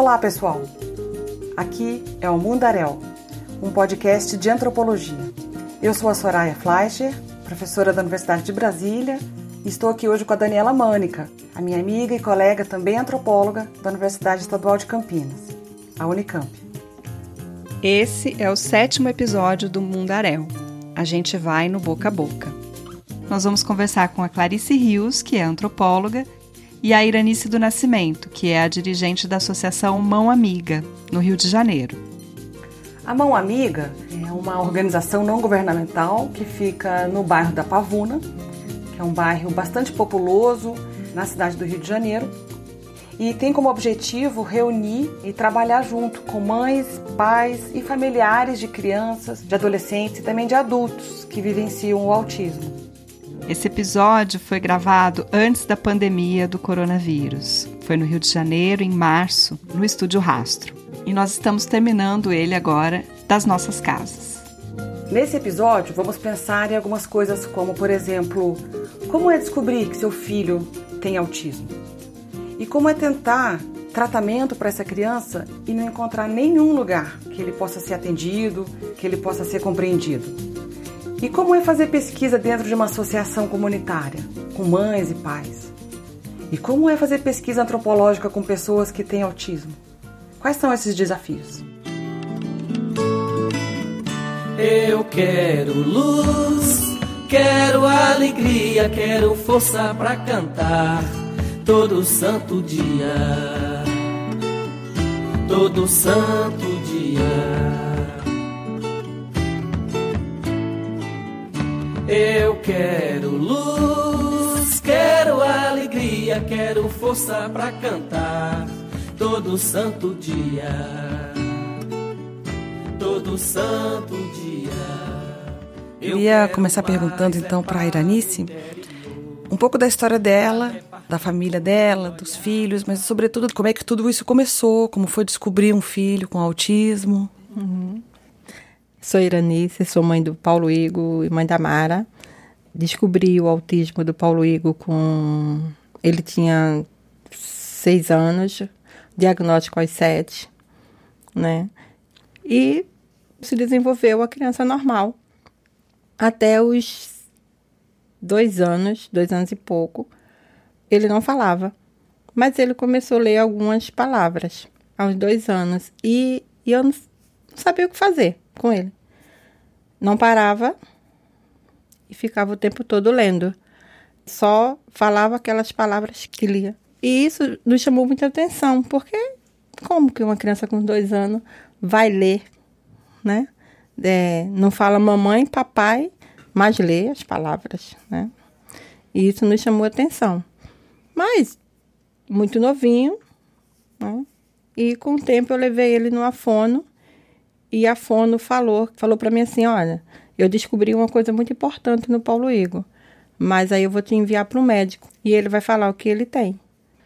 Olá, pessoal! Aqui é o Mundaréu, um podcast de antropologia. Eu sou a Soraya Fleischer, professora da Universidade de Brasília, e estou aqui hoje com a Daniela Mânica, a minha amiga e colega, também antropóloga, da Universidade Estadual de Campinas, a Unicamp. Esse é o 7º episódio do Mundaréu. A gente vai no boca a boca. Nós vamos conversar com a Clarice Rios, que é antropóloga, e a Iranice do Nascimento, que é a dirigente da Associação Mão Amiga, no Rio de Janeiro. A Mão Amiga é uma organização não governamental que fica no bairro da Pavuna, que é um bairro bastante populoso na cidade do Rio de Janeiro, e tem como objetivo reunir e trabalhar junto com mães, pais e familiares de crianças, de adolescentes e também de adultos que vivenciam o autismo. Esse episódio foi gravado antes da pandemia do coronavírus. Foi no Rio de Janeiro, em março, no Estúdio Rastro. E nós estamos terminando ele agora das nossas casas. Nesse episódio, vamos pensar em algumas coisas como, por exemplo, como é descobrir que seu filho tem autismo? E como é tentar tratamento para essa criança e não encontrar nenhum lugar que ele possa ser atendido, que ele possa ser compreendido? E como é fazer pesquisa dentro de uma associação comunitária, com mães e pais? E como é fazer pesquisa antropológica com pessoas que têm autismo? Quais são esses desafios? Eu quero luz, quero alegria, quero força pra cantar todo santo dia, todo santo dia. Eu quero luz, quero alegria, quero força pra cantar todo santo dia, todo santo dia. Eu queria começar perguntando então para a Iranice um pouco da história dela, da família dela, dos filhos, mas sobretudo como é que tudo isso começou, como foi descobrir um filho com autismo. Sou Iranice, sou mãe do Paulo Igor e mãe da Mara. Descobri o autismo do Paulo Igor ele tinha 6 anos, diagnóstico aos 7, né? E se desenvolveu a criança normal. Até os 2 anos e pouco, ele não falava. Mas ele começou a ler algumas palavras aos 2 anos. E eu não sabia o que fazer com ele. Não parava e ficava o tempo todo lendo. Só falava aquelas palavras que lia. E isso nos chamou muita atenção, porque como que uma criança com 2 anos vai ler, né? Não fala mamãe, papai, mas lê as palavras, né? E isso nos chamou atenção. Mas, muito novinho, né? E com o tempo eu levei ele numa fono, e a fono falou para mim assim, olha, eu descobri uma coisa muito importante no Paulo Igor, mas aí eu vou te enviar para o médico e ele vai falar o que ele tem.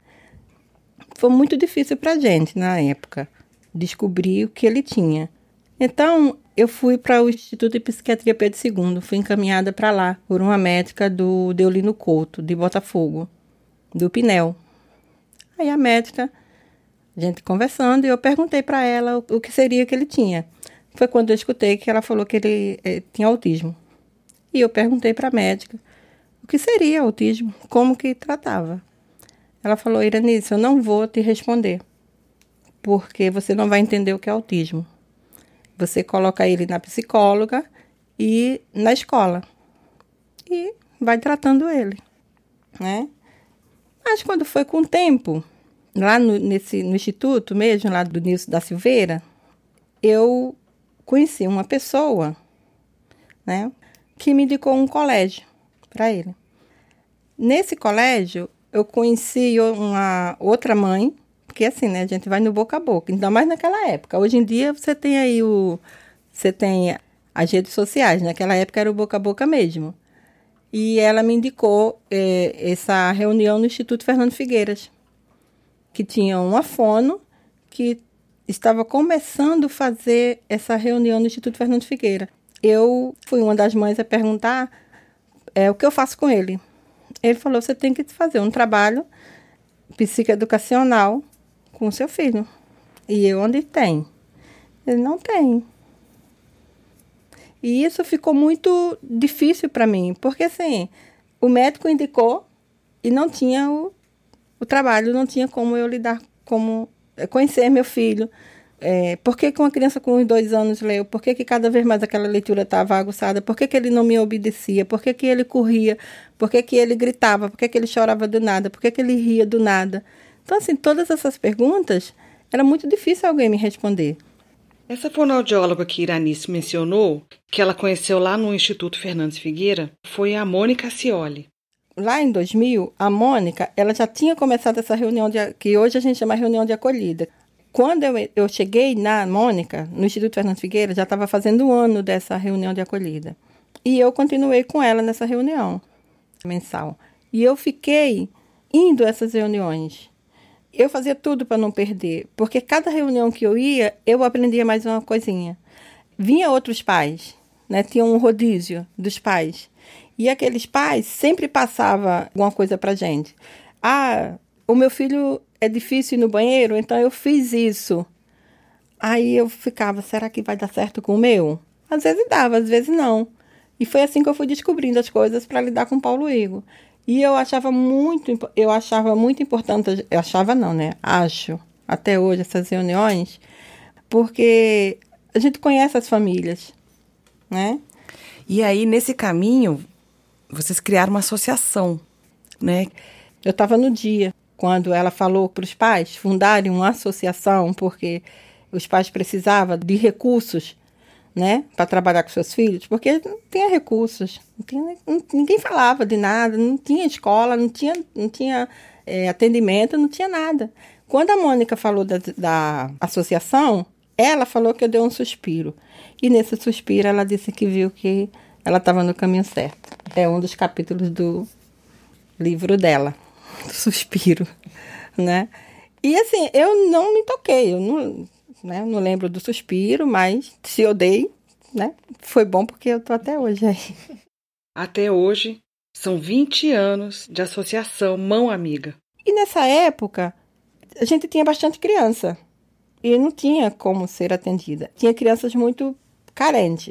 Foi muito difícil para a gente, na época, descobrir o que ele tinha. Então, eu fui para o Instituto de Psiquiatria Pedro II, fui encaminhada para lá por uma médica do Deolino Couto, de Botafogo, do Pinel. Aí a médica, a gente conversando, e eu perguntei para ela o que seria que ele tinha. Foi quando eu escutei que ela falou que ele tinha autismo. E eu perguntei para a médica o que seria autismo, como que tratava. Ela falou, Iranice, eu não vou te responder, porque você não vai entender o que é autismo. Você coloca ele na psicóloga e na escola. E vai tratando ele, né? Mas quando foi com o tempo, lá no instituto mesmo, lá do Nilson da Silveira, eu conheci uma pessoa, né, que me indicou um colégio para ele. Nesse colégio, eu conheci uma outra mãe, porque assim, né, a gente vai no boca a boca, ainda mais naquela época. Hoje em dia, você tem aí as redes sociais, naquela época era o boca a boca mesmo. E ela me indicou essa reunião no Instituto Fernando Figueiras, que tinha uma fono que estava começando a fazer essa reunião no Instituto Fernando Figueiras. Eu fui uma das mães a perguntar o que eu faço com ele. Ele falou, você tem que fazer um trabalho psicoeducacional com o seu filho. E eu, onde tem? Ele não tem. E isso ficou muito difícil para mim, porque assim, o médico indicou e não tinha o trabalho, não tinha como eu lidar, como conhecer meu filho. Por que uma criança com 2 anos leu? Por que cada vez mais aquela leitura estava aguçada? Por que ele não me obedecia? Por que ele corria? Por que ele gritava? Por que ele chorava do nada? Por que ele ria do nada? Então, assim, todas essas perguntas, era muito difícil alguém me responder. Essa fonoaudióloga que Iranice mencionou, que ela conheceu lá no Instituto Fernandes Figueira, foi a Mônica Scioli. Lá em 2000, a Mônica, ela já tinha começado essa reunião, que hoje a gente chama reunião de acolhida. Quando eu cheguei na Mônica, no Instituto Fernandes Figueira, já estava fazendo 1 ano dessa reunião de acolhida. E eu continuei com ela nessa reunião mensal. E eu fiquei indo a essas reuniões. Eu fazia tudo para não perder, porque cada reunião que eu ia, eu aprendia mais uma coisinha. Vinha outros pais, né? Tinha um rodízio dos pais. E aqueles pais sempre passavam alguma coisa para a gente. O meu filho é difícil ir no banheiro, então eu fiz isso. Aí eu ficava, será que vai dar certo com o meu? Às vezes dava, às vezes não. E foi assim que eu fui descobrindo as coisas para lidar com o Paulo Igor. E eu achava muito importante, acho, até hoje, essas reuniões, porque a gente conhece as famílias, né? E aí, nesse caminho, vocês criaram uma associação, né? Eu estava no dia, quando ela falou para os pais fundarem uma associação, porque os pais precisavam de recursos, né, para trabalhar com seus filhos, porque não tinha recursos, ninguém falava de nada, não tinha escola, não tinha atendimento, não tinha nada. Quando a Mônica falou da associação, ela falou que eu dei um suspiro. E nesse suspiro ela disse que viu que ela estava no caminho certo. É um dos capítulos do livro dela, do suspiro, né? E assim, eu não me toquei, eu não lembro do suspiro, mas se eu dei, né, foi bom porque eu tô até hoje aí. Até hoje, são 20 anos de associação Mão Amiga. E nessa época, a gente tinha bastante criança e não tinha como ser atendida. Tinha crianças muito carentes.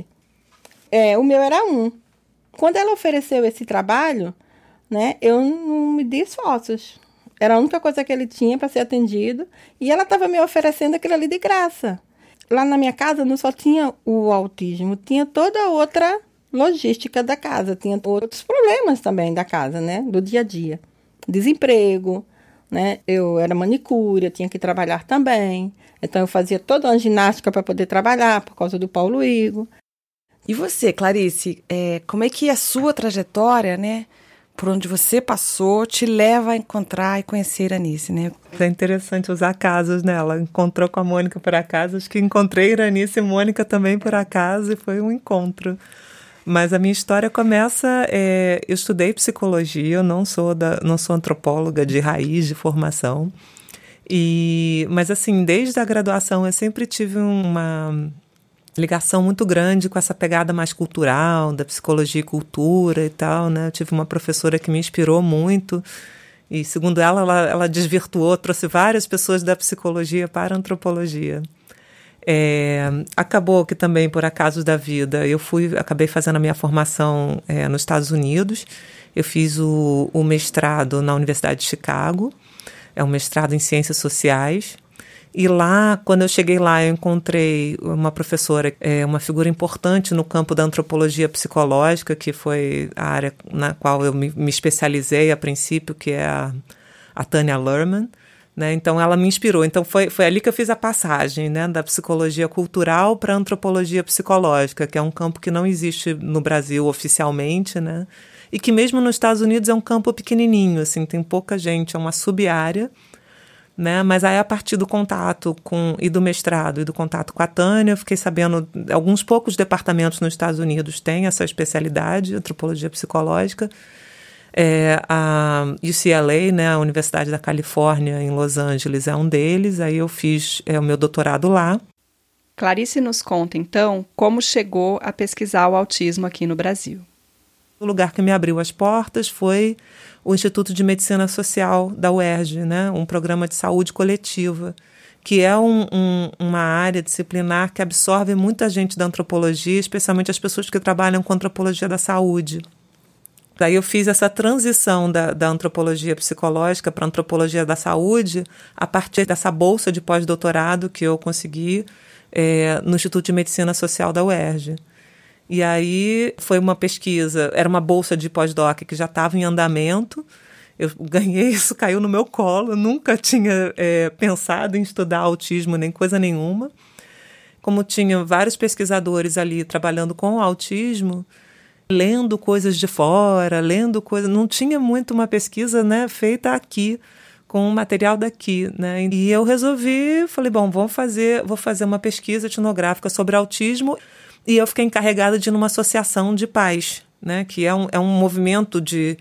O meu era um. Quando ela ofereceu esse trabalho, né, eu não me dei esforços. Era a única coisa que ele tinha para ser atendido. E ela estava me oferecendo aquilo ali de graça. Lá na minha casa não só tinha o autismo, tinha toda a outra logística da casa. Tinha outros problemas também da casa, né? Do dia a dia. Desemprego, né? Eu era manicure, eu tinha que trabalhar também. Então eu fazia toda uma ginástica para poder trabalhar por causa do Paulo Igor. E você, Clarice, como é que a sua trajetória, né? Por onde você passou, te leva a encontrar e conhecer Iranice, né? É interessante usar casos, né? Ela encontrou com a Mônica por acaso, acho que encontrei Iranice e Mônica também por acaso, e foi um encontro. Mas a minha história começa, eu estudei psicologia, eu não sou antropóloga de raiz, de formação, mas assim, desde a graduação eu sempre tive uma ligação muito grande com essa pegada mais cultural, da psicologia e cultura e tal, né? Eu tive uma professora que me inspirou muito e, segundo ela desvirtuou, trouxe várias pessoas da psicologia para a antropologia. Acabou que também, por acaso da vida, acabei fazendo a minha formação nos Estados Unidos. Eu fiz o mestrado na Universidade de Chicago, é um mestrado em Ciências Sociais. E lá, quando eu cheguei lá, eu encontrei uma professora, uma figura importante no campo da antropologia psicológica, que foi a área na qual eu me especializei a princípio, que é a Tanya Luhrmann, né? Então, ela me inspirou. Então, foi ali que eu fiz a passagem, né, da psicologia cultural para a antropologia psicológica, que é um campo que não existe no Brasil oficialmente, né? E que mesmo nos Estados Unidos é um campo pequenininho, assim, tem pouca gente, é uma sub-área, né? Mas aí, a partir do contato e do mestrado e do contato com a Tânia, eu fiquei sabendo, alguns poucos departamentos nos Estados Unidos têm essa especialidade, antropologia psicológica. A UCLA, né, a Universidade da Califórnia, em Los Angeles, é um deles. Aí eu fiz o meu doutorado lá. Clarice nos conta, então, como chegou a pesquisar o autismo aqui no Brasil. O lugar que me abriu as portas foi o Instituto de Medicina Social da UERJ, né? Um programa de saúde coletiva, que é uma área disciplinar que absorve muita gente da antropologia, especialmente as pessoas que trabalham com antropologia da saúde. Daí eu fiz essa transição da antropologia psicológica para a antropologia da saúde a partir dessa bolsa de pós-doutorado que eu consegui no Instituto de Medicina Social da UERJ. E aí foi uma pesquisa, era uma bolsa de pós-doc que já estava em andamento. Eu ganhei isso, caiu no meu colo, eu nunca tinha pensado em estudar autismo nem coisa nenhuma. Como tinha vários pesquisadores ali trabalhando com o autismo, lendo coisas de fora, não tinha muito uma pesquisa, né, feita aqui, com o material daqui, né? E eu falei, bom, vou fazer uma pesquisa etnográfica sobre autismo, e eu fiquei encarregada de ir numa associação de pais, né, que é um movimento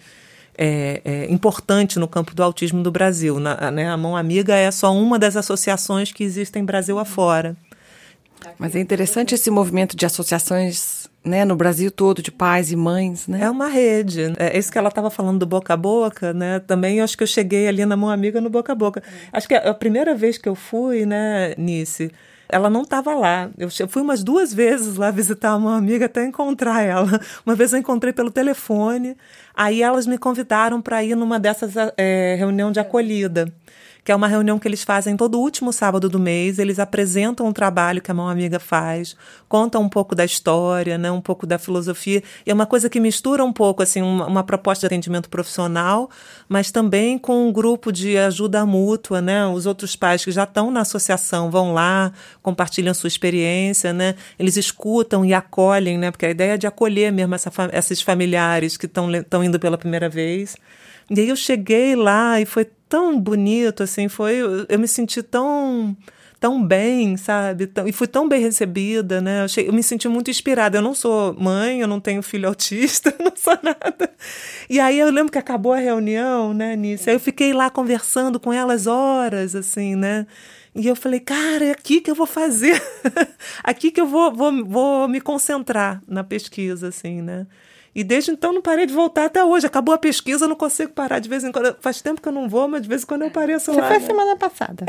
importante no campo do autismo do Brasil. Né? A Mão Amiga é só uma das associações que existem Brasil afora. Mas é interessante esse movimento de associações, né, no Brasil todo, de pais e mães, né? É uma rede. É isso que ela estava falando do boca a boca, né? Também eu acho que eu cheguei ali na Mão Amiga no boca a boca. Acho que a primeira vez que eu fui, né, Nice, ela não estava lá. Eu fui umas 2 vezes lá visitar uma amiga até encontrar ela. Uma vez eu encontrei pelo telefone, aí elas me convidaram para ir numa dessas reunião de acolhida, que é uma reunião que eles fazem todo último sábado do mês. Eles apresentam o trabalho que a Mão Amiga faz, contam um pouco da história, né, um pouco da filosofia. E é uma coisa que mistura um pouco assim, uma proposta de atendimento profissional, mas também com um grupo de ajuda mútua, né? Os outros pais que já estão na associação vão lá, compartilham sua experiência, né? Eles escutam e acolhem, né? Porque a ideia é de acolher mesmo esses familiares que estão indo pela primeira vez. E aí eu cheguei lá e foi tão bonito, assim, eu me senti tão bem, sabe? E fui tão bem recebida, né? Eu me senti muito inspirada. Eu não sou mãe, eu não tenho filho autista, não sou nada. E aí eu lembro que acabou a reunião, né, Nice? Aí eu fiquei lá conversando com elas horas, assim, né? E eu falei, cara, é aqui que eu vou fazer. Aqui que eu vou me concentrar na pesquisa, assim, né? E desde então não parei de voltar até hoje. Acabou a pesquisa, eu não consigo parar de vez em quando. Faz tempo que eu não vou, mas de vez em quando eu apareço lá. Você foi semana passada.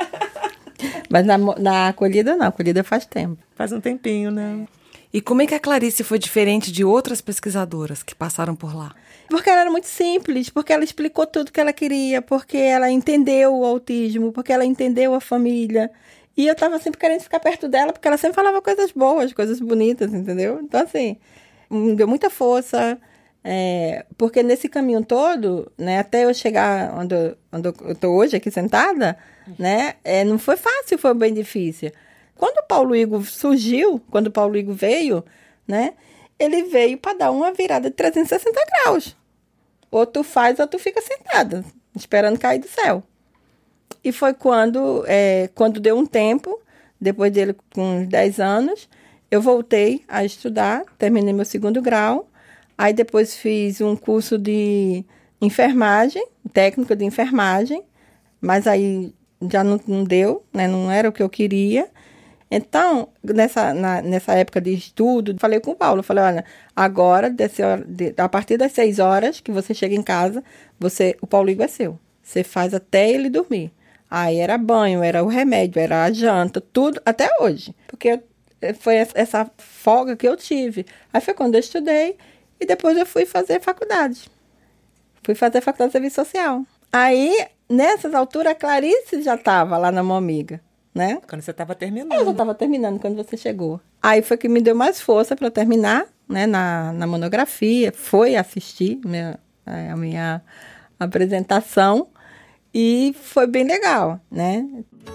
Mas na acolhida não, a acolhida faz tempo. Faz um tempinho, né? E como é que a Clarice foi diferente de outras pesquisadoras que passaram por lá? Porque ela era muito simples, porque ela explicou tudo que ela queria, porque ela entendeu o autismo, porque ela entendeu a família. E eu estava sempre querendo ficar perto dela, porque ela sempre falava coisas boas, coisas bonitas, entendeu? Então, assim, me deu muita força, porque nesse caminho todo, né, até eu chegar onde eu estou hoje aqui sentada, né, não foi fácil, foi bem difícil. Quando o Paulo Igor surgiu, quando o Paulo Igor veio, né, ele veio para dar uma virada de 360 graus. Ou tu faz ou tu fica sentada, esperando cair do céu. E foi quando deu um tempo, depois dele com uns 10 anos, eu voltei a estudar, terminei meu 2º grau, aí depois fiz um curso de enfermagem, técnica de enfermagem, mas aí já não deu, né, não era o que eu queria. Então, nessa época de estudo, falei com o Paulo, falei, olha, agora, a partir das 6 horas que você chega em casa, o Paulo Igor é seu. Você faz até ele dormir. Aí era banho, era o remédio, era a janta, tudo, até hoje. Porque foi essa folga que eu tive. Aí foi quando eu estudei e depois eu fui fazer faculdade. Fui fazer faculdade de serviço social. Aí, nessas alturas, a Clarice já estava lá na Mão Amiga. Né? Quando você estava terminando. Eu já estava terminando quando você chegou. Aí foi que me deu mais força para terminar, né, na monografia. Foi assistir a minha apresentação e foi bem legal, né?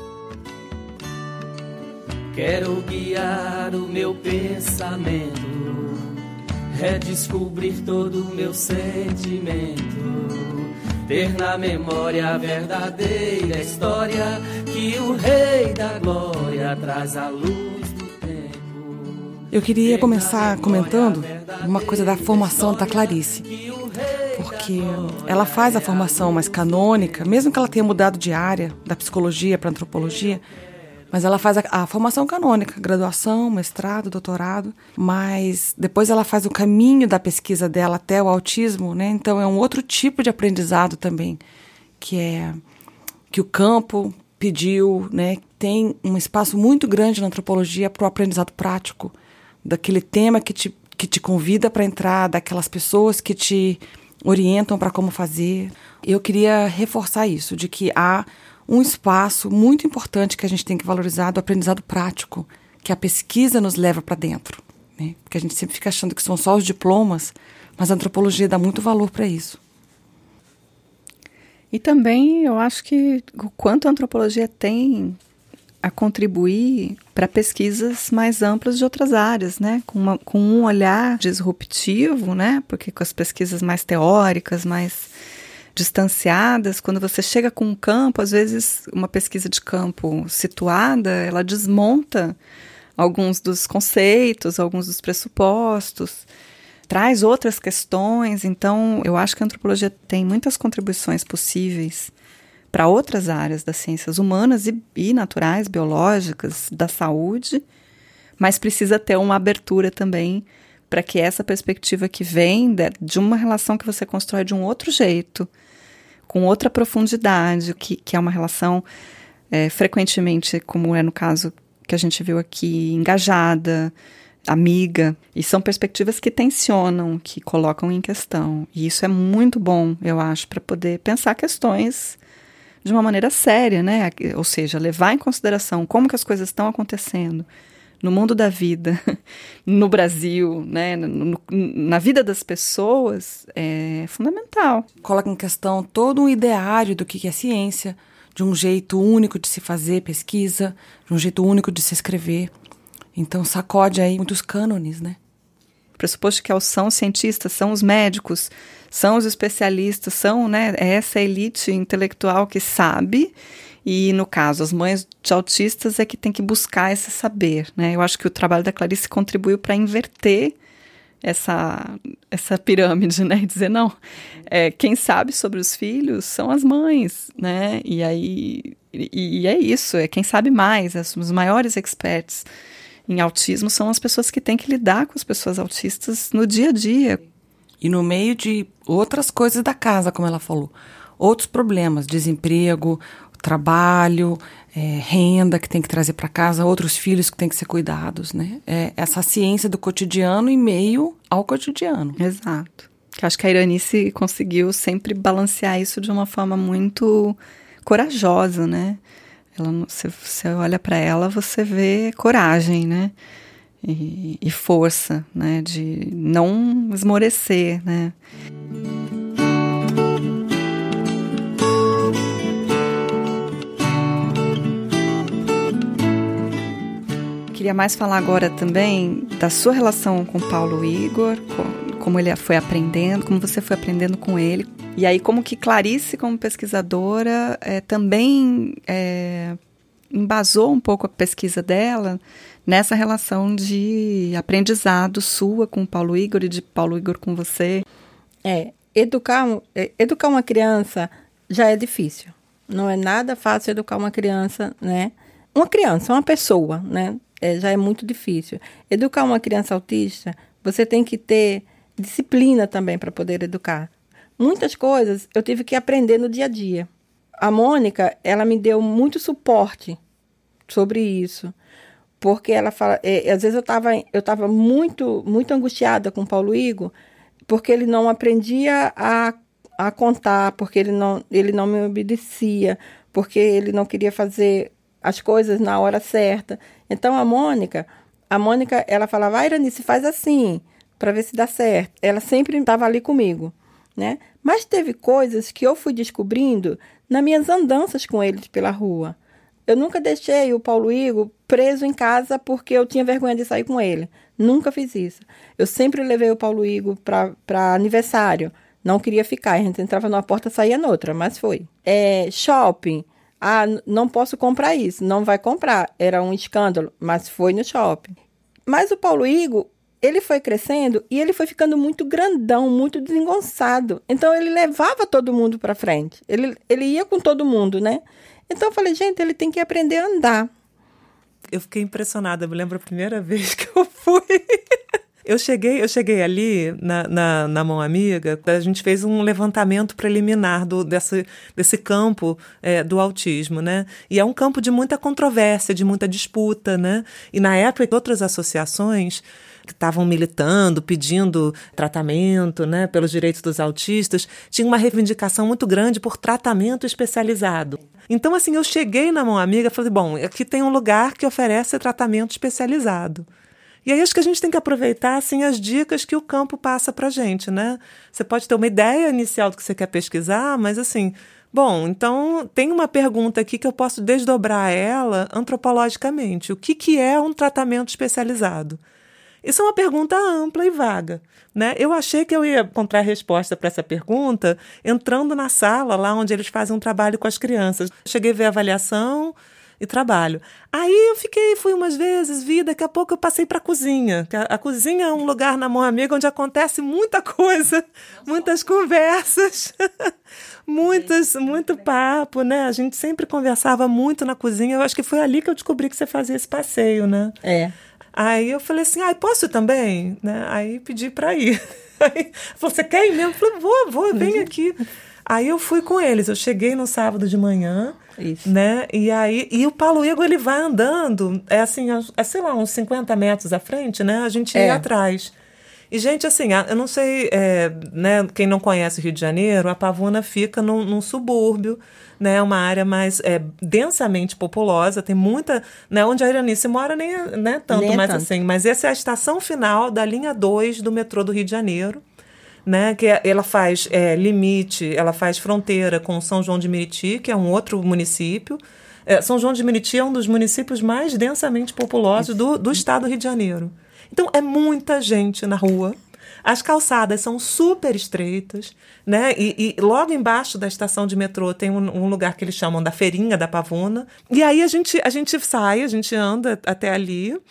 Quero guiar o meu pensamento, redescobrir todo o meu sentimento, ter na memória a verdadeira história que o Rei da Glória traz à luz do tempo. Eu queria começar comentando uma coisa da formação da Clarice, porque ela faz a formação mais canônica, mesmo que ela tenha mudado de área, da psicologia para antropologia, mas ela faz a formação canônica, graduação, mestrado, doutorado, mas depois ela faz o caminho da pesquisa dela até o autismo, né? Então é um outro tipo de aprendizado também, que o campo pediu, né, tem um espaço muito grande na antropologia para o aprendizado prático, daquele tema que te convida para entrar, daquelas pessoas que te orientam para como fazer. Eu queria reforçar isso, de que há um espaço muito importante que a gente tem que valorizar do aprendizado prático, que a pesquisa nos leva para dentro, né? Porque a gente sempre fica achando que são só os diplomas, mas a antropologia dá muito valor para isso. E também eu acho que o quanto a antropologia tem a contribuir para pesquisas mais amplas de outras áreas, né? Com um olhar disruptivo, né? Porque com as pesquisas mais teóricas, mais distanciadas, quando você chega com um campo, às vezes uma pesquisa de campo situada, ela desmonta alguns dos conceitos, alguns dos pressupostos, traz outras questões. Então, eu acho que a antropologia tem muitas contribuições possíveis para outras áreas das ciências humanas e naturais, biológicas, da saúde, mas precisa ter uma abertura também para que essa perspectiva que vem de uma relação que você constrói de um outro jeito, com outra profundidade, que é uma relação frequentemente, como é no caso que a gente viu aqui, engajada, amiga, e são perspectivas que tensionam, que colocam em questão. E isso é muito bom, eu acho, para poder pensar questões de uma maneira séria, né? Ou seja, levar em consideração como que as coisas estão acontecendo no mundo da vida, no Brasil, né? Na vida das pessoas, é fundamental. Coloca em questão todo um ideário do que é ciência, de um jeito único de se fazer pesquisa, de um jeito único de se escrever. Então sacode aí muitos cânones, né? O pressuposto que são os cientistas, são os médicos, são os especialistas, são, né, essa elite intelectual que sabe, e no caso, as mães de autistas é que tem que buscar esse saber, né? Eu acho que o trabalho da Clarice contribuiu para inverter essa pirâmide, né? E dizer, não, quem sabe sobre os filhos são as mães, né? E aí, e é isso, quem sabe mais, os maiores experts em autismo são as pessoas que têm que lidar com as pessoas autistas no dia a dia. E no meio de outras coisas da casa, como ela falou. Outros problemas, desemprego, trabalho, renda que tem que trazer para casa, outros filhos que têm que ser cuidados, né? Essa ciência do cotidiano em meio ao cotidiano. Exato. Que acho que a Iranice conseguiu sempre balancear isso de uma forma muito corajosa, né? Você olha para ela, você vê coragem, né? E força, né? De não esmorecer, né? Queria mais falar agora também da sua relação com Paulo Igor, como ele foi aprendendo, como você foi aprendendo com ele. E aí como que Clarice, como pesquisadora, também embasou um pouco a pesquisa dela nessa relação de aprendizado sua com o Paulo Igor e de Paulo Igor com você. Educar uma criança já é difícil. Não é nada fácil educar uma criança, né? Uma criança, uma pessoa, né? Já é muito difícil. Educar uma criança autista, você tem que ter disciplina também para poder educar. Muitas coisas eu tive que aprender no dia a dia. A Mônica, ela me deu muito suporte sobre isso. Porque ela fala... às vezes eu estava muito, muito angustiada com o Paulo Igor, porque ele não aprendia a contar, porque ele não me obedecia, porque ele não queria fazer as coisas na hora certa. Então, a Mônica, ela falava, Iranice, faz assim, para ver se dá certo. Ela sempre estava ali comigo, né? Mas teve coisas que eu fui descobrindo nas minhas andanças com eles pela rua. Eu nunca deixei o Paulo Igor preso em casa porque eu tinha vergonha de sair com ele. Nunca fiz isso. Eu sempre levei o Paulo Igor para aniversário. Não queria ficar. A gente entrava numa porta e saía noutra, mas foi. Shopping. Não posso comprar isso. Não vai comprar. Era um escândalo, mas foi no shopping. Mas o Paulo Igor, ele foi crescendo e ele foi ficando muito grandão, muito desengonçado. Então, ele levava todo mundo para frente. Ele ia com todo mundo, né? Então, eu falei, gente, ele tem que aprender a andar. Eu fiquei impressionada. Eu me lembro a primeira vez que eu fui. Eu cheguei ali na Mão Amiga, a gente fez um levantamento preliminar desse campo do autismo, né? E é um campo de muita controvérsia, de muita disputa, né? E na época, outras associações que estavam militando, pedindo tratamento, né, pelos direitos dos autistas, tinha uma reivindicação muito grande por tratamento especializado. Então, assim, eu cheguei na Mão Amiga e falei, bom, aqui tem um lugar que oferece tratamento especializado. E aí acho que a gente tem que aproveitar, assim, as dicas que o campo passa pra gente, né? Você pode ter uma ideia inicial do que você quer pesquisar, mas, assim, bom, então tem uma pergunta aqui que eu posso desdobrar ela antropologicamente. O que é um tratamento especializado? Isso é uma pergunta ampla e vaga, né? Eu achei que eu ia encontrar a resposta para essa pergunta entrando na sala lá onde eles fazem um trabalho com as crianças. Cheguei a ver avaliação e trabalho. Aí eu fui umas vezes, daqui a pouco eu passei para a cozinha. A cozinha é um lugar na Mão Amiga onde acontece muita coisa, muitas conversas, muito papo, né? A gente sempre conversava muito na cozinha. Eu acho que foi ali que eu descobri que você fazia esse passeio, né? É. Aí eu falei assim, posso ir também? Né? Aí pedi para ir. Aí falou, você quer ir mesmo? Eu falei, vou, vem aqui. Aí eu fui com eles, eu cheguei no sábado de manhã, Isso. né? E o Paulo Igor, ele vai andando, sei lá, uns 50 metros à frente, né? A gente ia atrás. E, gente, assim, eu não sei, né, quem não conhece o Rio de Janeiro, a Pavuna fica num subúrbio, né, uma área mais densamente populosa, tem muita, né, onde a Iranice mora nem tanto, nem mas tanto. assim, mas essa é a estação final da linha 2 do metrô do Rio de Janeiro, né, que ela faz limite, ela faz fronteira com São João de Meriti, que é um outro município. São João de Meriti é um dos municípios mais densamente populosos do estado do Rio de Janeiro. Então, é muita gente na rua. As calçadas são super estreitas, né? E logo embaixo da estação de metrô tem um lugar que eles chamam da Feirinha da Pavuna. E aí a gente sai, a gente anda até ali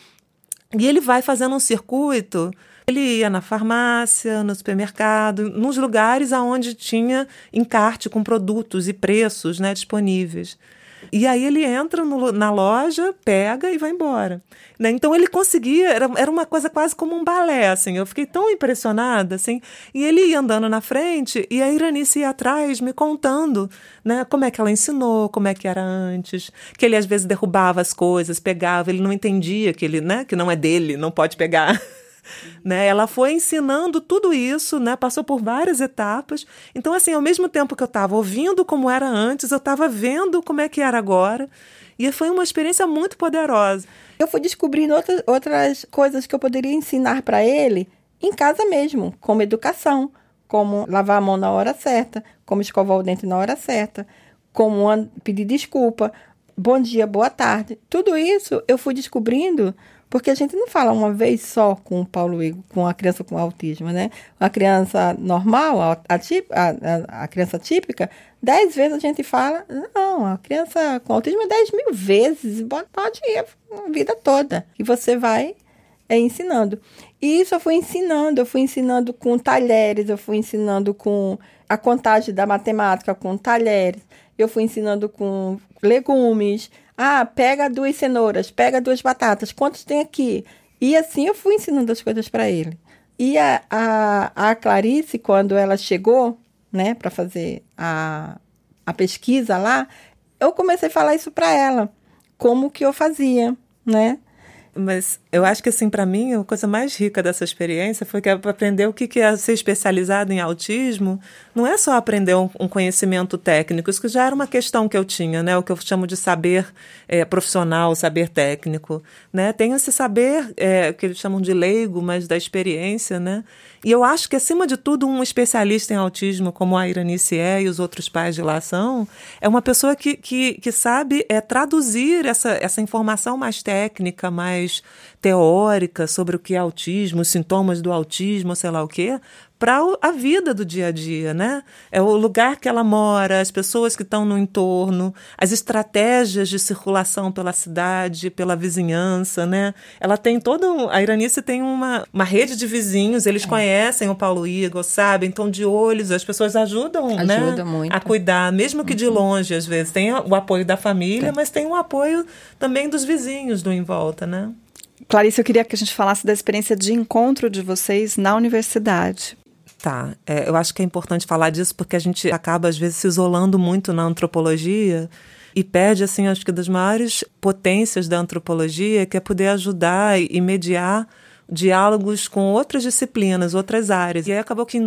e ele vai fazendo um circuito. Ele ia na farmácia, no supermercado, nos lugares onde tinha encarte com produtos e preços, né, disponíveis. E aí ele entra na loja, pega e vai embora. Né? Então ele conseguia, era uma coisa quase como um balé, assim. Eu fiquei tão impressionada, assim. E ele ia andando na frente e a Iranice ia atrás me contando, né, como é que ela ensinou, como é que era antes, que ele às vezes derrubava as coisas, pegava, ele não entendia que ele, né, que não é dele, não pode pegar. Né? Ela foi ensinando tudo isso, né? Passou por várias etapas. Então, assim, ao mesmo tempo que eu estava ouvindo como era antes, eu estava vendo como é que era agora. E foi uma experiência muito poderosa. Eu fui descobrindo outras coisas que eu poderia ensinar para ele em casa mesmo, como educação, como lavar a mão na hora certa, como escovar o dente na hora certa, como pedir desculpa, bom dia, boa tarde. Tudo isso eu fui descobrindo porque a gente não fala uma vez só com o Paulo Igor, com a criança com autismo, né? A criança normal, a criança típica, 10 vezes a gente fala, não, a criança com autismo é 10.000 vezes, pode ir a vida toda. E você vai ensinando. E isso eu fui ensinando com talheres, eu fui ensinando com a contagem da matemática com talheres, eu fui ensinando com legumes. Pega 2 cenouras, pega 2 batatas, quantos tem aqui? E assim eu fui ensinando as coisas para ele. E a Clarice, quando ela chegou, né, para fazer a pesquisa lá, eu comecei a falar isso para ela, como que eu fazia, né? Mas eu acho que, assim, para mim, a coisa mais rica dessa experiência foi que aprender o que é ser especializado em autismo. Não é só aprender um conhecimento técnico, isso que já era uma questão que eu tinha, né? O que eu chamo de saber profissional, saber técnico, né? Tem esse saber que eles chamam de leigo, mas da experiência, né? E eu acho que, acima de tudo, um especialista em autismo, como a Iranice e os outros pais de lá são, é uma pessoa que sabe traduzir essa informação mais técnica, mais teórica sobre o que é autismo, os sintomas do autismo, sei lá o quê, para a vida do dia a dia, né? É o lugar que ela mora, as pessoas que estão no entorno, as estratégias de circulação pela cidade, pela vizinhança, né? Ela tem a Iranice tem uma rede de vizinhos, eles conhecem o Paulo Igor, sabem, estão de olhos, as pessoas ajudam, né? Muito. A cuidar, mesmo que de longe, às vezes. Tem o apoio da família, mas tem o apoio também dos vizinhos do em volta, né? Clarice, eu queria que a gente falasse da experiência de encontro de vocês na universidade. Tá, eu acho que é importante falar disso porque a gente acaba, às vezes, se isolando muito na antropologia e perde, assim, acho que das maiores potências da antropologia, que é poder ajudar e mediar diálogos com outras disciplinas, outras áreas. E aí acabou que em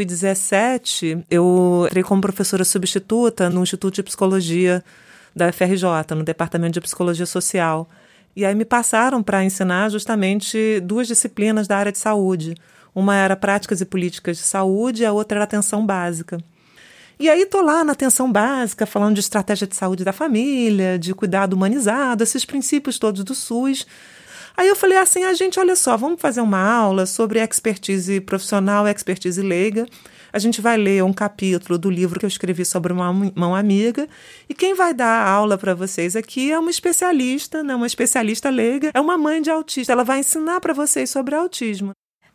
2017 eu entrei como professora substituta no Instituto de Psicologia da UFRJ, no Departamento de Psicologia Social. E aí me passaram para ensinar justamente 2 disciplinas da área de saúde. Uma era práticas e políticas de saúde e a outra era atenção básica. E aí estou lá na atenção básica, falando de estratégia de saúde da família, de cuidado humanizado, esses princípios todos do SUS. Aí eu falei assim, gente, olha só, vamos fazer uma aula sobre expertise profissional, expertise leiga. A gente vai ler um capítulo do livro que eu escrevi sobre uma mão amiga, e quem vai dar a aula para vocês aqui é uma especialista, né, uma especialista leiga, é uma mãe de autista. Ela vai ensinar para vocês sobre autismo.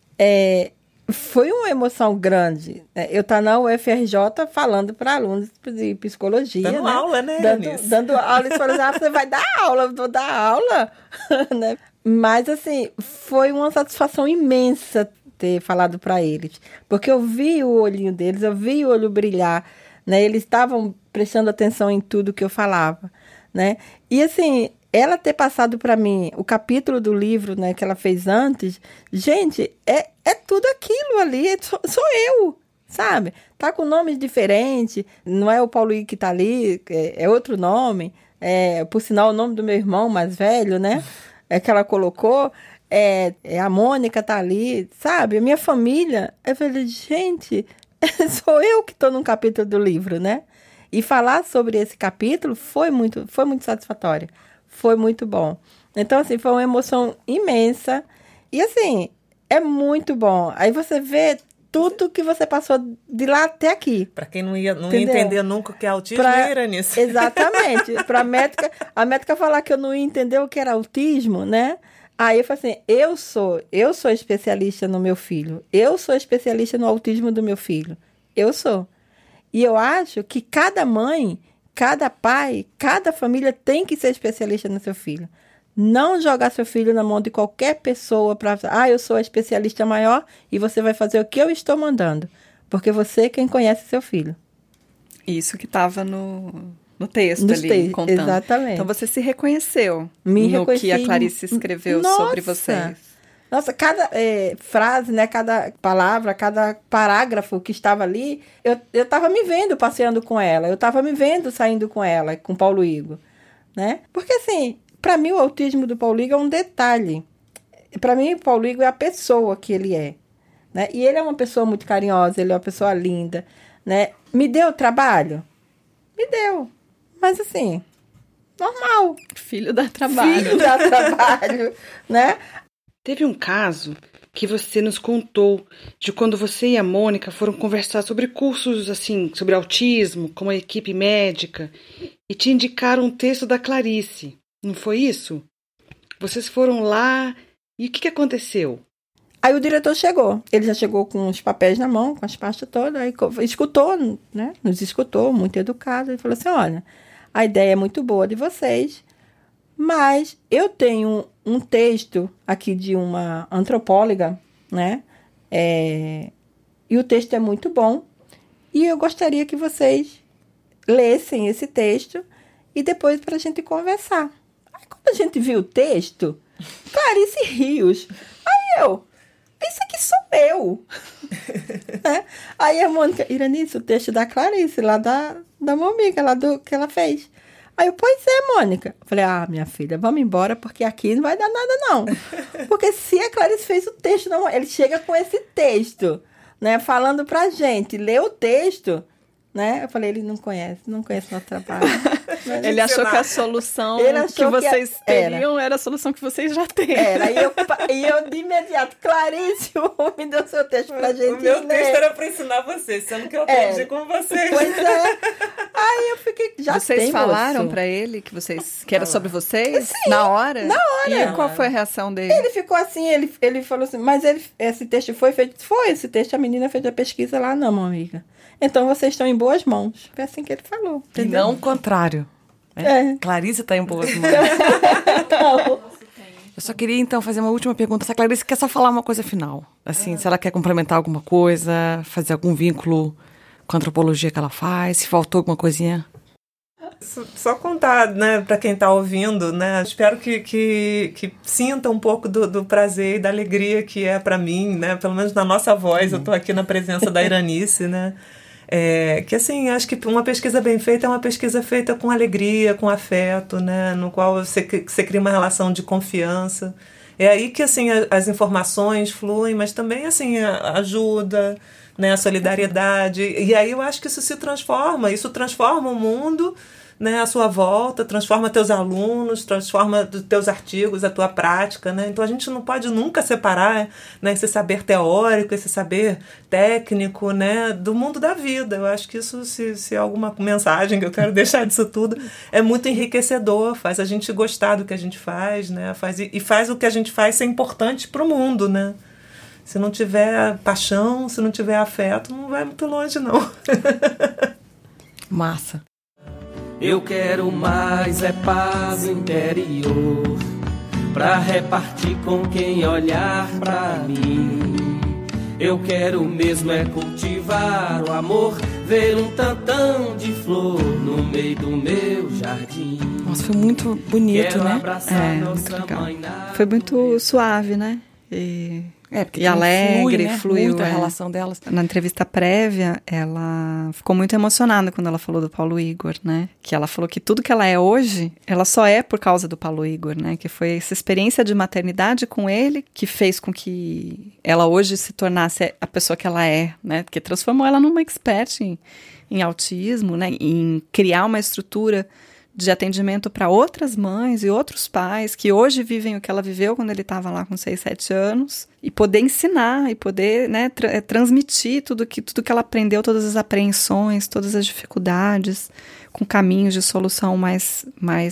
Foi uma emoção grande, né? Eu estar na UFRJ falando para alunos de psicologia. Dando aula, né? Dando aula. Eles falaram, você vai dar aula? Eu vou dar aula? Né? Mas, assim, foi uma satisfação imensa ter falado para eles. Porque eu vi o olhinho deles, eu vi o olho brilhar, né? Eles estavam prestando atenção em tudo que eu falava, né? E, assim, ela ter passado para mim o capítulo do livro, né, que ela fez antes, gente, é tudo aquilo ali, sou eu, sabe? Tá com nomes diferentes, não é o Paulo I que tá ali, é outro nome, por sinal o nome do meu irmão mais velho, né, que ela colocou, a Mônica tá ali, sabe? A minha família, eu falei, gente, sou eu que tô num capítulo do livro, né? E falar sobre esse capítulo foi muito satisfatório. Foi muito bom. Então, assim, foi uma emoção imensa. E, assim, é muito bom. Aí você vê tudo que você passou de lá até aqui. Para quem não ia entender nunca o que é autismo, era nisso. Exatamente. Para a médica falar que eu não ia entender o que era autismo, né? Aí eu falei assim, eu sou especialista no meu filho. Eu sou especialista no autismo do meu filho. Eu sou. E eu acho que cada mãe, cada pai, cada família tem que ser especialista no seu filho. Não jogar seu filho na mão de qualquer pessoa para... eu sou a especialista maior e você vai fazer o que eu estou mandando. Porque você é quem conhece seu filho. Isso que estava no texto ali, contando. Exatamente. Então você se reconheceu no que a Clarice escreveu sobre vocês. Nossa, cada frase, né, cada palavra, cada parágrafo que estava ali, eu estava me vendo passeando com ela, eu estava me vendo saindo com ela, com Paulo Igor, né? Porque, assim, para mim o autismo do Paulo Igor é um detalhe. Para mim o Paulo Igor é a pessoa que ele é, né? E ele é uma pessoa muito carinhosa, ele é uma pessoa linda, né? Me deu trabalho? Me deu. Mas, assim, normal. Filho dá trabalho. Filho dá trabalho, né? Teve um caso que você nos contou de quando você e a Mônica foram conversar sobre cursos, assim, sobre autismo, com a equipe médica, e te indicaram um texto da Clarice. Não foi isso? Vocês foram lá e o que aconteceu? Aí o diretor chegou. Ele já chegou com os papéis na mão, com as pastas todas, aí escutou, né? Nos escutou, muito educado, e falou assim, olha, a ideia é muito boa de vocês, mas eu tenho um texto aqui de uma antropóloga, né? E o texto é muito bom. E eu gostaria que vocês lessem esse texto e depois para a gente conversar. Aí quando a gente viu o texto, Clarice Rios, isso aqui sou eu. Né? Aí a Mônica, Iranice, o texto da Clarice, lá da Momiga, lá do que ela fez. Aí eu, pois é, Mônica. Eu falei, minha filha, vamos embora, porque aqui não vai dar nada, não. Porque se a Clarice fez o texto, não, ele chega com esse texto, né, falando pra gente, lê o texto, né? Eu falei, ele não conhece nosso trabalho. Ele achou que a solução que vocês teriam era a solução que vocês já têm. Era, e eu de imediato, Clarice, me deu seu texto pra gente ler. O meu texto era pra ensinar vocês, sendo que eu aprendi com vocês. Pois é. Aí eu fiquei, vocês falaram pra ele que era sobre vocês? Sim, na hora? Na hora. E qual foi a reação dele? Ele ficou assim, ele falou assim, mas esse texto foi feito? Foi, esse texto a menina fez a pesquisa lá, não, minha amiga. Então, vocês estão em boas mãos. Foi assim que ele falou. Entendeu? E não o contrário. Clarice está em boas mãos. Eu só queria, então, fazer uma última pergunta. Se a Clarice quer só falar uma coisa final. Assim, se ela quer complementar alguma coisa, fazer algum vínculo com a antropologia que ela faz, se faltou alguma coisinha. Só contar, né, para quem está ouvindo, né, espero que sinta um pouco do prazer e da alegria que é para mim, né, pelo menos na nossa voz. Eu estou aqui na presença da Iranice, né, que assim, acho que uma pesquisa bem feita é uma pesquisa feita com alegria, com afeto, né, no qual você cria uma relação de confiança. É aí que assim as informações fluem, mas também assim a ajuda, né, a solidariedade. E aí eu acho que isso transforma o mundo, né, à sua volta, transforma teus alunos, transforma teus artigos, a tua prática, né? Então a gente não pode nunca separar, né, esse saber teórico, esse saber técnico, né, do mundo da vida. Eu acho que isso, se é alguma mensagem que eu quero deixar disso tudo, é muito enriquecedor, faz a gente gostar do que a gente faz, né? Faz o que a gente faz ser importante para o mundo, né? Se não tiver paixão, se não tiver afeto, não vai muito longe, não. Massa. Eu quero mais paz interior, pra repartir com quem olhar pra mim. Eu quero mesmo cultivar o amor, ver um tantão de flor no meio do meu jardim. Nossa, foi muito bonito, quero né? Muito legal. Foi muito suave, né? Porque alegre, fluiu muito a relação delas. Na entrevista prévia, ela ficou muito emocionada quando ela falou do Paulo Igor, né? Que ela falou que tudo que ela é hoje, ela só é por causa do Paulo Igor, né? Que foi essa experiência de maternidade com ele que fez com que ela hoje se tornasse a pessoa que ela é, né? Porque transformou ela numa expert em autismo, né? Em criar uma estrutura de atendimento para outras mães e outros pais que hoje vivem o que ela viveu quando ele estava lá com 6, 7 anos e poder ensinar e poder, né, transmitir tudo que ela aprendeu, todas as apreensões, todas as dificuldades, com caminhos de solução mais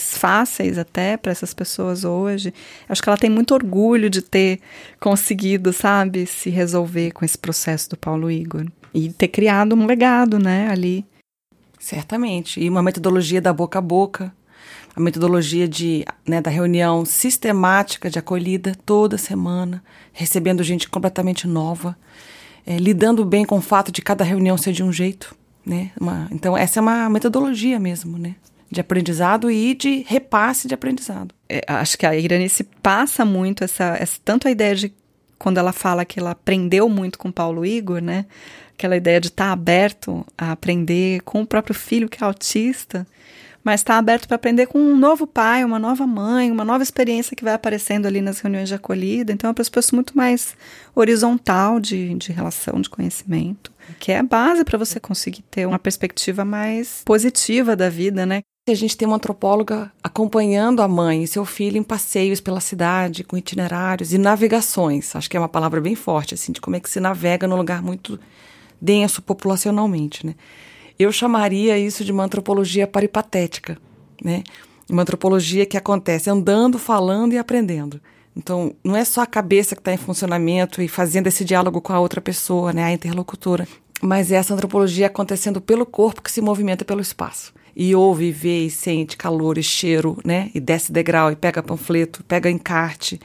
fáceis até para essas pessoas hoje. Acho que ela tem muito orgulho de ter conseguido, sabe, se resolver com esse processo do Paulo Igor e ter criado um legado, né, ali. Certamente. E uma metodologia da boca a boca, a metodologia da reunião sistemática de acolhida toda semana, recebendo gente completamente nova, lidando bem com o fato de cada reunião ser de um jeito, né? Então, essa é uma metodologia mesmo, né? De aprendizado e de repasse de aprendizado. Acho que a Iranice passa muito tanto a ideia de quando ela fala que ela aprendeu muito com Paulo Igor, né? Aquela ideia de estar aberto a aprender com o próprio filho que é autista, mas estar aberto para aprender com um novo pai, uma nova mãe, uma nova experiência que vai aparecendo ali nas reuniões de acolhida. Então é uma pessoa muito mais horizontal de relação, de conhecimento, que é a base para você conseguir ter uma perspectiva mais positiva da vida, né? A gente tem uma antropóloga acompanhando a mãe e seu filho em passeios pela cidade, com itinerários e navegações. Acho que é uma palavra bem forte, assim, de como é que se navega num lugar muito denso populacionalmente, né? Eu chamaria isso de uma antropologia peripatética, né? Uma antropologia que acontece andando, falando e aprendendo. Então, não é só a cabeça que está em funcionamento e fazendo esse diálogo com a outra pessoa, né? A interlocutora. Mas é essa antropologia acontecendo pelo corpo que se movimenta pelo espaço. E ouve, vê e sente calor e cheiro, né? E desce degrau, e pega panfleto, pega encarte.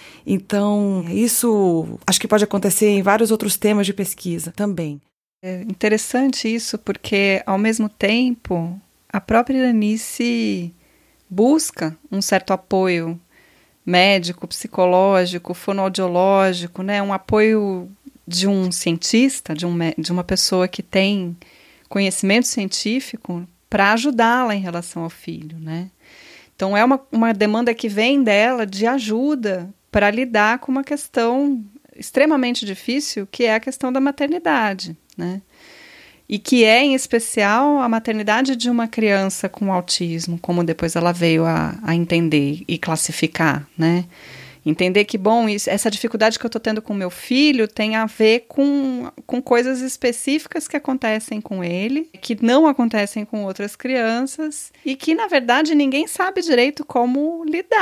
Então, isso acho que pode acontecer em vários outros temas de pesquisa também. É interessante isso, porque, ao mesmo tempo, a própria Iranice busca um certo apoio médico, psicológico, fonoaudiológico, né? Um apoio de um cientista, de uma pessoa que tem conhecimento científico para ajudá-la em relação ao filho, né? Então, é uma demanda que vem dela de ajuda para lidar com uma questão extremamente difícil, que é a questão da maternidade, né? E que é, em especial, a maternidade de uma criança com autismo, como depois ela veio a entender e classificar, né? Entender que, bom, essa dificuldade que eu estou tendo com meu filho tem a ver com coisas específicas que acontecem com ele, que não acontecem com outras crianças, e que, na verdade, ninguém sabe direito como lidar,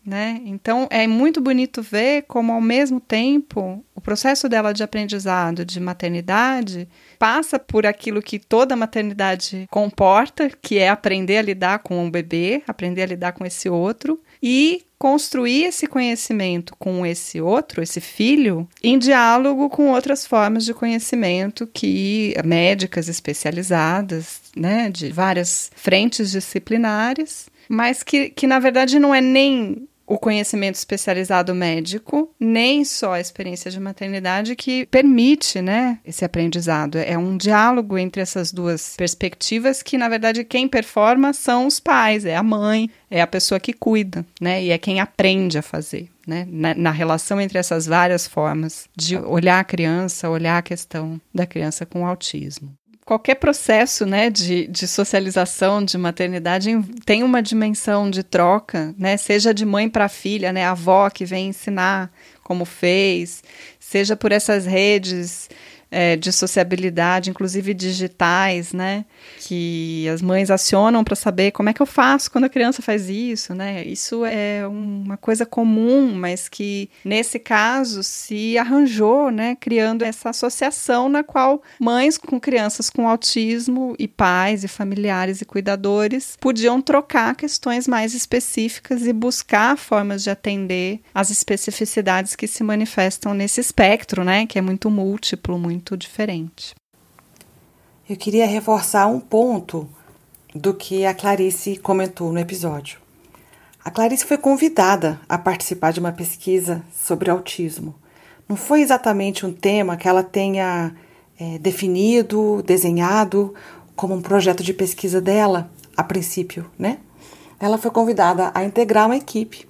né? Então, é muito bonito ver como, ao mesmo tempo, o processo dela de aprendizado de maternidade passa por aquilo que toda maternidade comporta, que é aprender a lidar com um bebê, aprender a lidar com esse outro, e construir esse conhecimento com esse outro, esse filho, em diálogo com outras formas de conhecimento que médicas especializadas, né, de várias frentes disciplinares, mas que na verdade não é nem o conhecimento especializado médico, nem só a experiência de maternidade que permite, né, esse aprendizado. É um diálogo entre essas duas perspectivas que, na verdade, quem performa são os pais, é a mãe, é a pessoa que cuida, né, e é quem aprende a fazer, né, na relação entre essas várias formas de olhar a criança, olhar a questão da criança com autismo. Qualquer processo, né, de socialização, de maternidade, tem uma dimensão de troca, né, seja de mãe para filha, né, a avó que vem ensinar como fez, seja por essas redes de sociabilidade, inclusive digitais, né, que as mães acionam para saber como é que eu faço quando a criança faz isso, né, isso é uma coisa comum, mas que nesse caso se arranjou, né, criando essa associação na qual mães com crianças com autismo e pais e familiares e cuidadores podiam trocar questões mais específicas e buscar formas de atender às especificidades que se manifestam nesse espectro, né, que é muito múltiplo, muito diferente. Eu queria reforçar um ponto do que a Clarice comentou no episódio. A Clarice foi convidada a participar de uma pesquisa sobre autismo. Não foi exatamente um tema que ela tenha definido, desenhado como um projeto de pesquisa dela, a princípio, né? Ela foi convidada a integrar uma equipe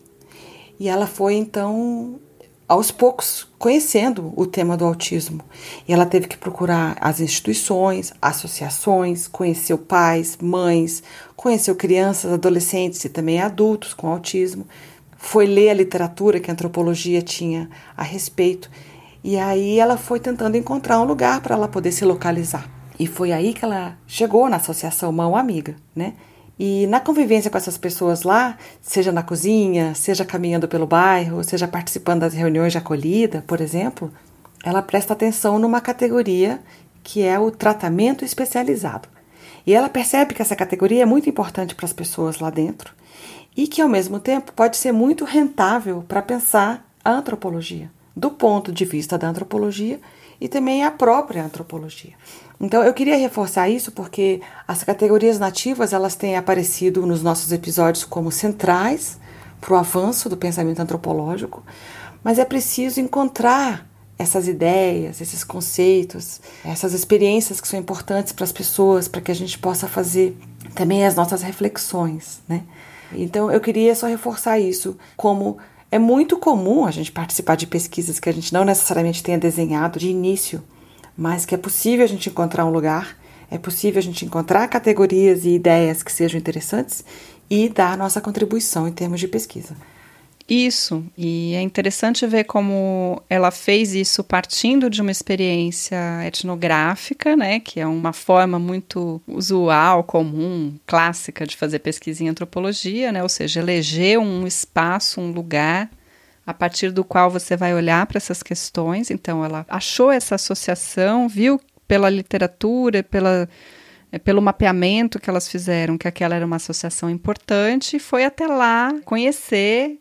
e ela foi, então, aos poucos, conhecendo o tema do autismo. E ela teve que procurar as instituições, associações, conheceu pais, mães, conheceu crianças, adolescentes e também adultos com autismo. Foi ler a literatura que a antropologia tinha a respeito. E aí ela foi tentando encontrar um lugar para ela poder se localizar. E foi aí que ela chegou na Associação Mão Amiga, né? E na convivência com essas pessoas lá, seja na cozinha, seja caminhando pelo bairro, seja participando das reuniões de acolhida, por exemplo, ela presta atenção numa categoria que é o tratamento especializado. E ela percebe que essa categoria é muito importante para as pessoas lá dentro e que, ao mesmo tempo, pode ser muito rentável para pensar a antropologia, do ponto de vista da antropologia e também a própria antropologia. Então, eu queria reforçar isso porque as categorias nativas elas têm aparecido nos nossos episódios como centrais para o avanço do pensamento antropológico, mas é preciso encontrar essas ideias, esses conceitos, essas experiências que são importantes para as pessoas, para que a gente possa fazer também as nossas reflexões, né? Então, eu queria só reforçar isso, como é muito comum a gente participar de pesquisas que a gente não necessariamente tenha desenhado de início, mas que é possível a gente encontrar um lugar, é possível a gente encontrar categorias e ideias que sejam interessantes e dar a nossa contribuição em termos de pesquisa. Isso, e é interessante ver como ela fez isso partindo de uma experiência etnográfica, né, que é uma forma muito usual, comum, clássica de fazer pesquisa em antropologia, né, ou seja, eleger um espaço, um lugar a partir do qual você vai olhar para essas questões. Então, ela achou essa associação, viu pela literatura, pelo mapeamento que elas fizeram, que aquela era uma associação importante, e foi até lá conhecer,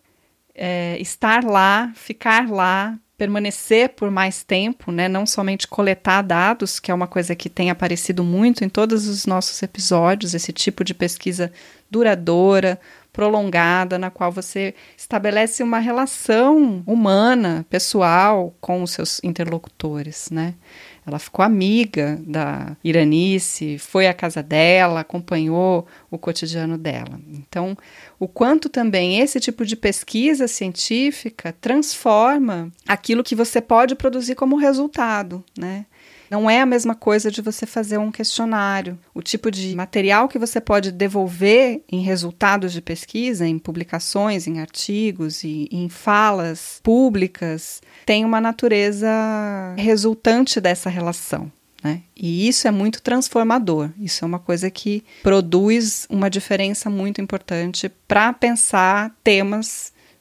estar lá, ficar lá, permanecer por mais tempo, né? Não somente coletar dados, que é uma coisa que tem aparecido muito em todos os nossos episódios, esse tipo de pesquisa duradoura, prolongada, na qual você estabelece uma relação humana, pessoal, com os seus interlocutores, né? Ela ficou amiga da Iranice, foi à casa dela, acompanhou o cotidiano dela. Então, o quanto também esse tipo de pesquisa científica transforma aquilo que você pode produzir como resultado, né? Não é a mesma coisa de você fazer um questionário. O tipo de material que você pode devolver em resultados de pesquisa, em publicações, em artigos e em falas públicas, tem uma natureza resultante dessa relação, né? E isso é muito transformador. Isso é uma coisa que produz uma diferença muito importante para pensar temas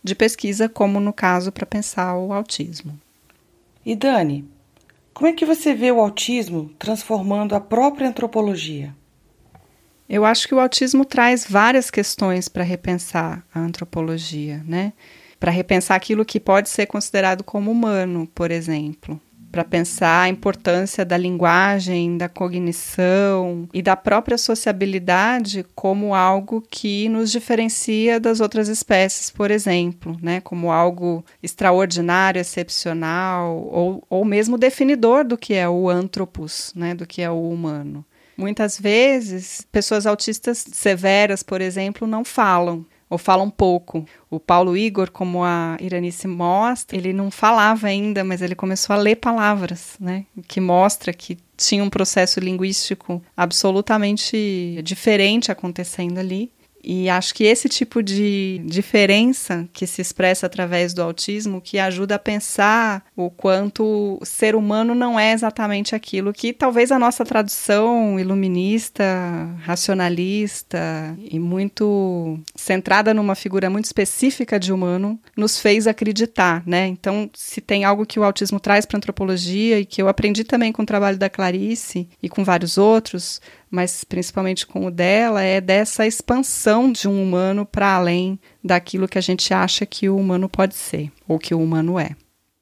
de pesquisa, como no caso para pensar o autismo. E Dani, como é que você vê o autismo transformando a própria antropologia? Eu acho que o autismo traz várias questões para repensar a antropologia, né? Para repensar aquilo que pode ser considerado como humano, por exemplo. Para pensar a importância da linguagem, da cognição e da própria sociabilidade como algo que nos diferencia das outras espécies, por exemplo, né? Como algo extraordinário, excepcional, ou mesmo definidor do que é o anthropos, né? Do que é o humano. Muitas vezes, pessoas autistas severas, por exemplo, não falam, ou falam pouco. O Paulo Igor, como a Iranice mostra, ele não falava ainda, mas ele começou a ler palavras, né? Que mostra que tinha um processo linguístico absolutamente diferente acontecendo ali. E acho que esse tipo de diferença que se expressa através do autismo que ajuda a pensar o quanto o ser humano não é exatamente aquilo que talvez a nossa tradução iluminista, racionalista e muito centrada numa figura muito específica de humano nos fez acreditar, né? Então, se tem algo que o autismo traz para a antropologia e que eu aprendi também com o trabalho da Clarice e com vários outros, mas principalmente com o dela, é dessa expansão de um humano para além daquilo que a gente acha que o humano pode ser, ou que o humano é.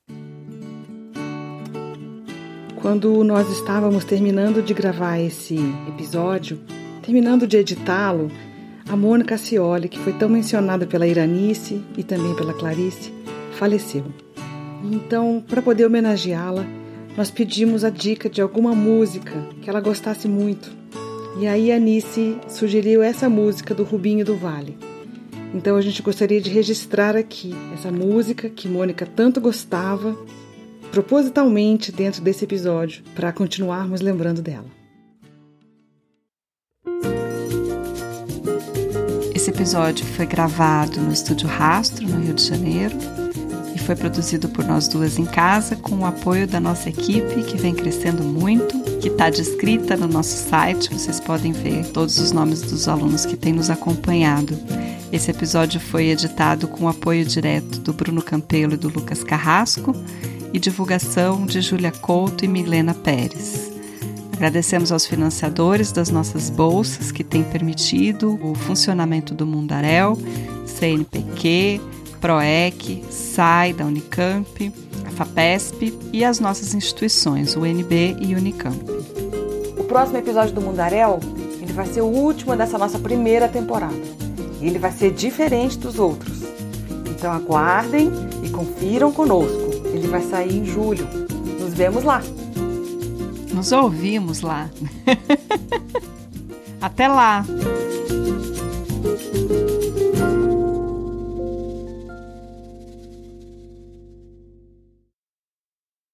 Quando nós estávamos terminando de gravar esse episódio, terminando de editá-lo, a Mônica Scioli, que foi tão mencionada pela Iranice e também pela Clarice, faleceu. Então, para poder homenageá-la, nós pedimos a dica de alguma música que ela gostasse muito. E aí a Anice sugeriu essa música do Rubinho do Vale. Então a gente gostaria de registrar aqui essa música que Mônica tanto gostava, propositalmente dentro desse episódio, para continuarmos lembrando dela. Esse episódio foi gravado no Estúdio Rastro, no Rio de Janeiro, e foi produzido por nós duas em casa, com o apoio da nossa equipe, que vem crescendo muito, que está descrita no nosso site. Vocês podem ver todos os nomes dos alunos que têm nos acompanhado. Esse episódio foi editado com o apoio direto do Bruno Campelo e do Lucas Carrasco e divulgação de Júlia Couto e Milena Pérez. Agradecemos aos financiadores das nossas bolsas que têm permitido o funcionamento do Mundaréu, CNPq, PROEC, SAI da Unicamp, a FAPESP e as nossas instituições, UNB e Unicamp. O próximo episódio do Mundaréu, ele vai ser o último dessa nossa primeira temporada. E ele vai ser diferente dos outros. Então aguardem e confiram conosco. Ele vai sair em julho. Nos vemos lá. Nos ouvimos lá. Até lá!